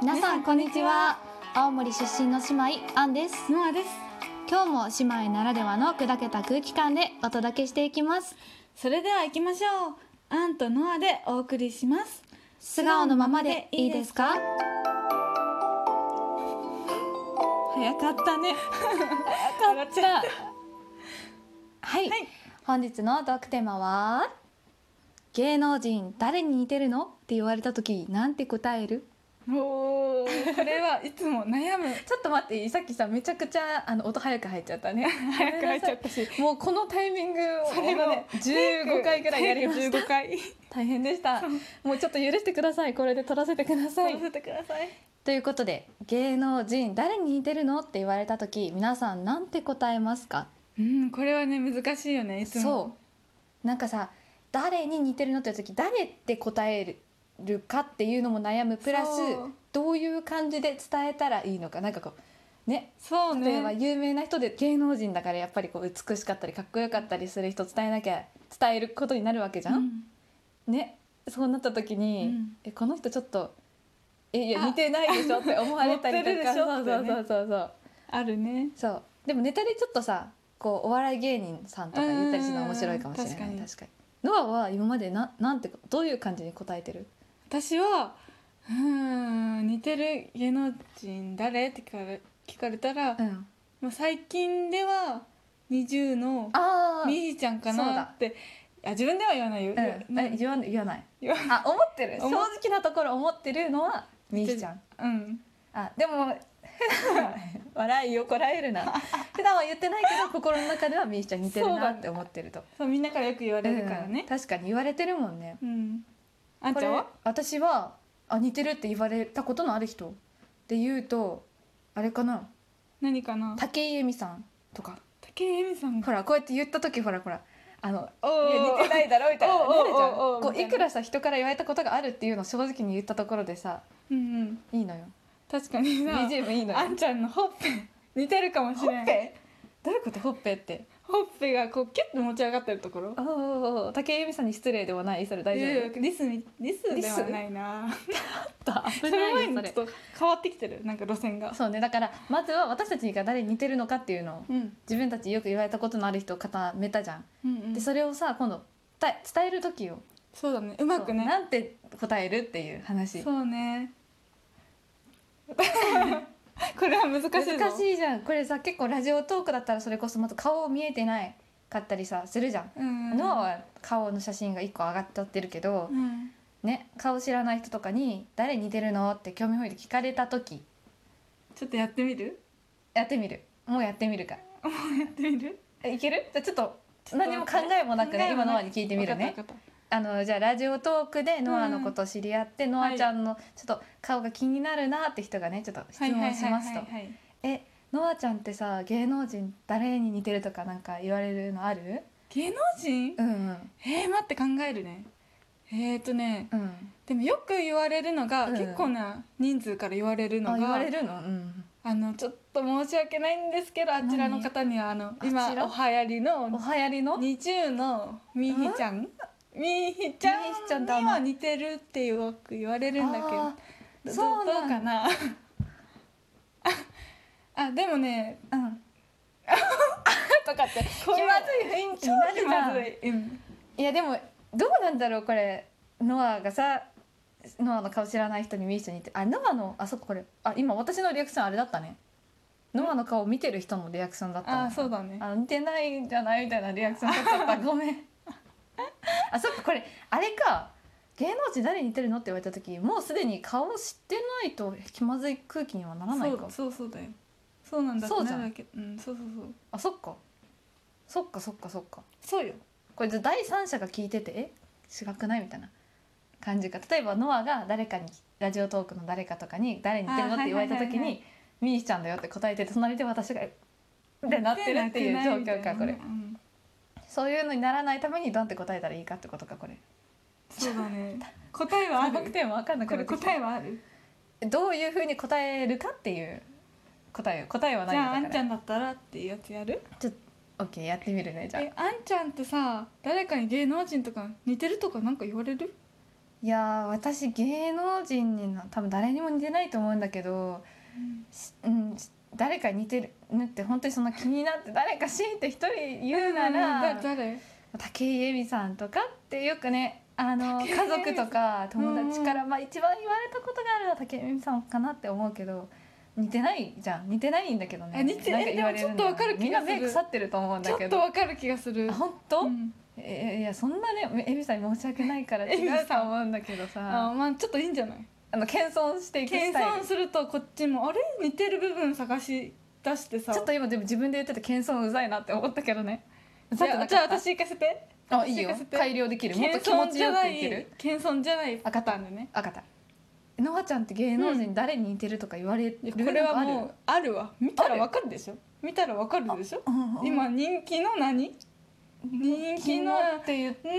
皆さんこんにちは。青森出身の姉妹アンです。 ノアです。 今日も姉妹ならではの砕けた空気感でお届けしていきます。 それでは行きましょう。アンとノアでお送りします。 素顔のままでいいですか？ 早かったね。 早かった。はい、本日のトークテーマは芸能人誰に似てるのって言われた時なんて答える？ おー、これはいつも悩む。 ちょっと待っていい？さっきさめちゃくちゃ音早く入っちゃったね。 早く入っちゃったし、 もうこのタイミングをそれもね15回ぐらいやりました。 15回大変でした。もうちょっと許してください。これで取らせてください。 取らせてください。 ということで芸能人誰に似てるのって言われた時皆さんなんて答えますか？ これはね難しいよね。いつもそうなんかさ誰に似てるのって言う時誰って答えるかっていうのも悩むプラスどういう感じで伝えたらいいのかなんかこうね、 そうね、 例えば有名な人で芸能人だからやっぱりこう美しかったりかっこよかったりする人伝えることになるわけじゃん、ね、そうなった時に、この人ちょっといや似てないでしょって思われたりとかそうあるね。 そうでもネタでちょっとさこうお笑い芸人さんとか言ったりするのは面白いかもしれない。確かにノアは今までなんてどういう感じに答えてる？ 私は似てる芸能人誰って聞かれたら、まあ、最近では20のみーちゃんかなって。自分では言わないよ、 言わない思ってる正直なところ思ってるのはみーちゃん。でも笑いをこらえるな。普段は言ってないけど心の中ではみーちゃん似てるなって思ってると。 そうみんなからよく言われるからね、 確かに言われてるもんね。 あんちゃんは？ 私は似てるって言われたことのある人で言うとあれかな。 何かな？ 武井絵美さんとか。 武井絵美さんほらこうやって言った時ほらいや似てないだろみたいななるじゃん。こういくらさ人から言われたことがあるっていうのを正直に言ったところでさ、いいのよ。 確かにさ BGM いいのよ。 あんちゃんのほっぺ似てるかもしれない。 ほっぺ？どういうこと？ほっぺってほっぺがこうキュッと持ち上がってるところ。 武井絵美さんに失礼ではない？それ大丈夫？ リスではないな。 危ないよそれ。 ちょっと変わってきてるなんか路線が。 そうね、だからまずは私たちが誰に似てるのかっていうのを、自分たちよく言われたことのある人を固めたじゃん、でそれをさ今度伝える時よ。 そうだね、うまくねなんて答えるっていう話。 そうねこれは難しいぞ。 難しいじゃんこれさ。結構ラジオトークだったらそれこそまた顔見えてないかったりさするじゃん、ノアは顔の写真が1個上がっちゃってるけど、ね、顔知らない人とかに誰に似てるのって興味本位で聞かれた時ちょっとやってみる？ やってみる。もうやってみるか。 もうやってみる？ いける？じゃあちょっと何も考えもなくね今ノアに聞いてみるね。じゃあラジオトークでノアのことを知り合って、ノアちゃんのちょっと顔が気になるなって人がねちょっと質問しますと。ノアちゃんってさ芸能人誰に似てるとかなんか言われるのある？ 芸能人？待って考えるね。でもよく言われるのが、結構な人数から言われるのが、 言われるの？ ちょっと申し訳ないんですけどあちらの方には今お流行りの20のみーひちゃんには似てるってよく言われるんだけど、どうかなでもねとかって気まずい雰囲気になるじゃん。いやでもどうなんだろうこれ。ノアがさノアの顔知らない人に見る人に似てノアのそここれ今私のリアクションあれだったね。ノアの顔を見てる人のリアクションだったの。 そうだね。 似てないんじゃないみたいなリアクションだったごめんそっかこれあれか。芸能人誰に似てるのって言われた時もうすでに顔知ってないと気まずい空気にはならないか。 そうだよ。そうなんだってなるわけ。そうそっかそうよ。 これ第三者が聞いてて違くないみたいな感じか。例えばノアが誰かにラジオトークの誰かとかに誰に似てるのって言われた時にみーちゃんだよって答えて隣で私がってなってるっていう状況かこれ。そういうのにならないためにどうやって答えたらいいかってことかこれ。 そうだね答えはある？ 僕でも分かんなくなってきた。 答えはある？ どういうふうに答えるかっていう答えは何だから。 じゃああんちゃんだったらっていうやつやる？ ちょっと OK やってみるね。じゃああんちゃんってさ誰かに芸能人とか似てるとかなんか言われる？ いや私芸能人に多分誰にも似てないと思うんだけど、誰かに似てるって本当にその気になって誰か強いて一人言うなら、 誰？ 武井絵美さんとかってよくね家族とか友達から一番言われたことがあるのは武井絵美さんかなって思うけど、似てないじゃん。似てないんだけどね。 似てない。でもちょっと分かる気がする。 みんな目腐ってると思うんだけど。 ちょっと分かる気がする。 本当？いやそんなねエビさんに申し訳ないから違うと思うんだけどさ。 まあちょっといいんじゃない？ 謙遜していくスタイル。 謙遜するとこっちもあれ似てる部分探し出してさ。 ちょっと今でも自分で言ってて謙遜うざいなって思ったけどね。 じゃあ私行かせて。 あ、いいよ。改良できる。もっと気持ちよくいける。 謙遜じゃないパターンでね。 分かった。ノアちゃんって芸能人誰に似てるとか言われる？ これはもうあるわ。見たらわかるでしょ。見たらわかるでしょ。今人気の何？人気のって言って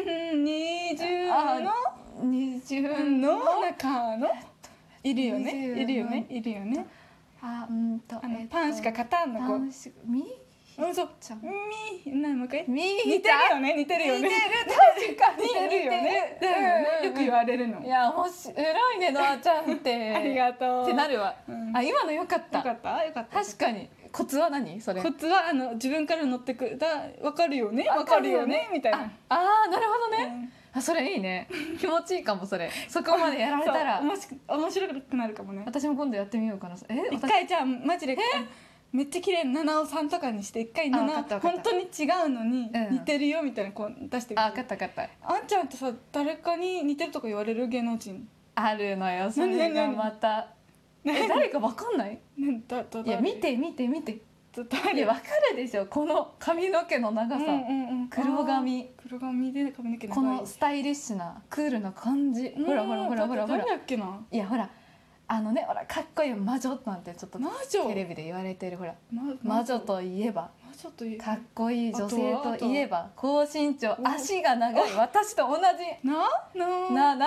20の中のいるよね。いるよね。いるよね。パンしか勝たんの子。そう何もう一回似てるよね。似てるよね。 確かに似てるよね。よく言われるの。 いや面白いねノアちゃんってありがとうってなるわ。今のよかった。 よかったよかった。 確かにコツは何それ？ コツは自分から乗ってくわかるよねわかるよねみたいな。 なるほどね。それいいね。気持ちいいかもそれ。そこまでやられたら面白くなるかもね。 私も今度やってみようかな。 一回じゃあマジでめっちゃ綺麗な七尾さんとかにして一回本当に違うのに似てるよみたいなこう出してみて。 分かった分かった。 あんちゃんってさ誰かに似てるとか言われる芸能人あるのよ。それがまた誰か分かんない？いや見ていや分かるでしょ。この髪の毛の長さ、黒髪で髪の毛長い、 このスタイリッシュなクールな感じ。ほら誰だっけな。 いやほらほらかっこいい魔女なんてちょっとテレビで言われてる。ほら魔女といえばかっこいい女性といえば高身長足が長い私と同じそう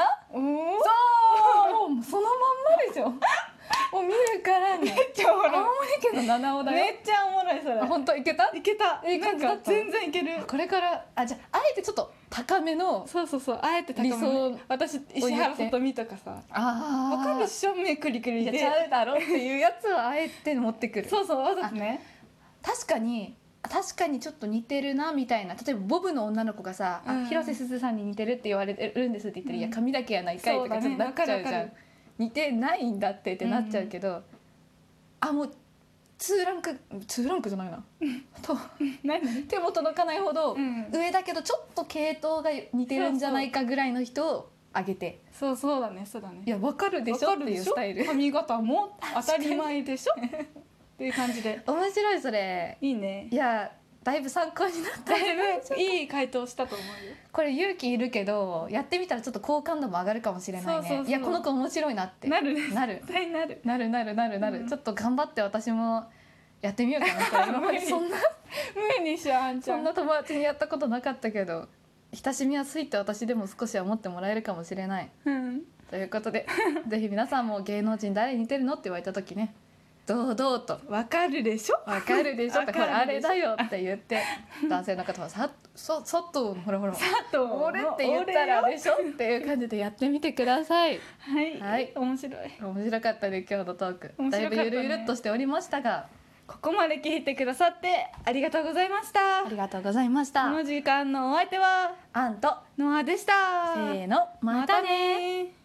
そのまんまでしょ。もう見るからにめっちゃおもろい。 青森県の七尾だよ。 めっちゃおもろいそれ。 本当いけた？ いけた。なんか全然いける。 これからじゃああえてちょっと高めのそうあえて高めの私石原さとみとかさわかるっしょ。目クリクリでちゃうだろっていうやつをあえて持ってくる。 そうわざとね。 確かにちょっと似てるなみたいな。例えばボブの女の子がさ広瀬すずさんに似てるって言われてるんですって言ったらいや髪だけやないかいとかちょっとなっちゃうじゃん。似てないんだってなっちゃうけど、もう2ランクじゃないなと手も届かないほど上だけどちょっと系統が似てるんじゃないかぐらいの人をあげて。 そうだね。 いや分かるでしょっていうスタイル。 髪型も当たり前でしょっていう感じで面白いそれ。 いいね。 いやだいぶ参考になった。 だいぶいい回答したと思うよ。 これ勇気いるけどやってみたらちょっと好感度も上がるかもしれないね。いやこの子面白いなってなる絶対なる、 ちょっと頑張って私もやってみようかな。今までそんな無理にしようあんちゃん。 そんな友達にやったことなかったけど親しみやすいって私でも少しは思ってもらえるかもしれない、ということでぜひ皆さんも芸能人誰に似てるのって言われた時ね堂々とわかるでしょってこれあれだよって言って男性の方は佐藤ほら俺って言ったらでしょっていう感じでやってみてください。 はい、面白かったね今日のトーク。だいぶゆるゆるっとしておりましたがここまで聞いてくださってありがとうございました。 ありがとうございました。 この時間のお相手はアンとノアでした。 せーのまたね。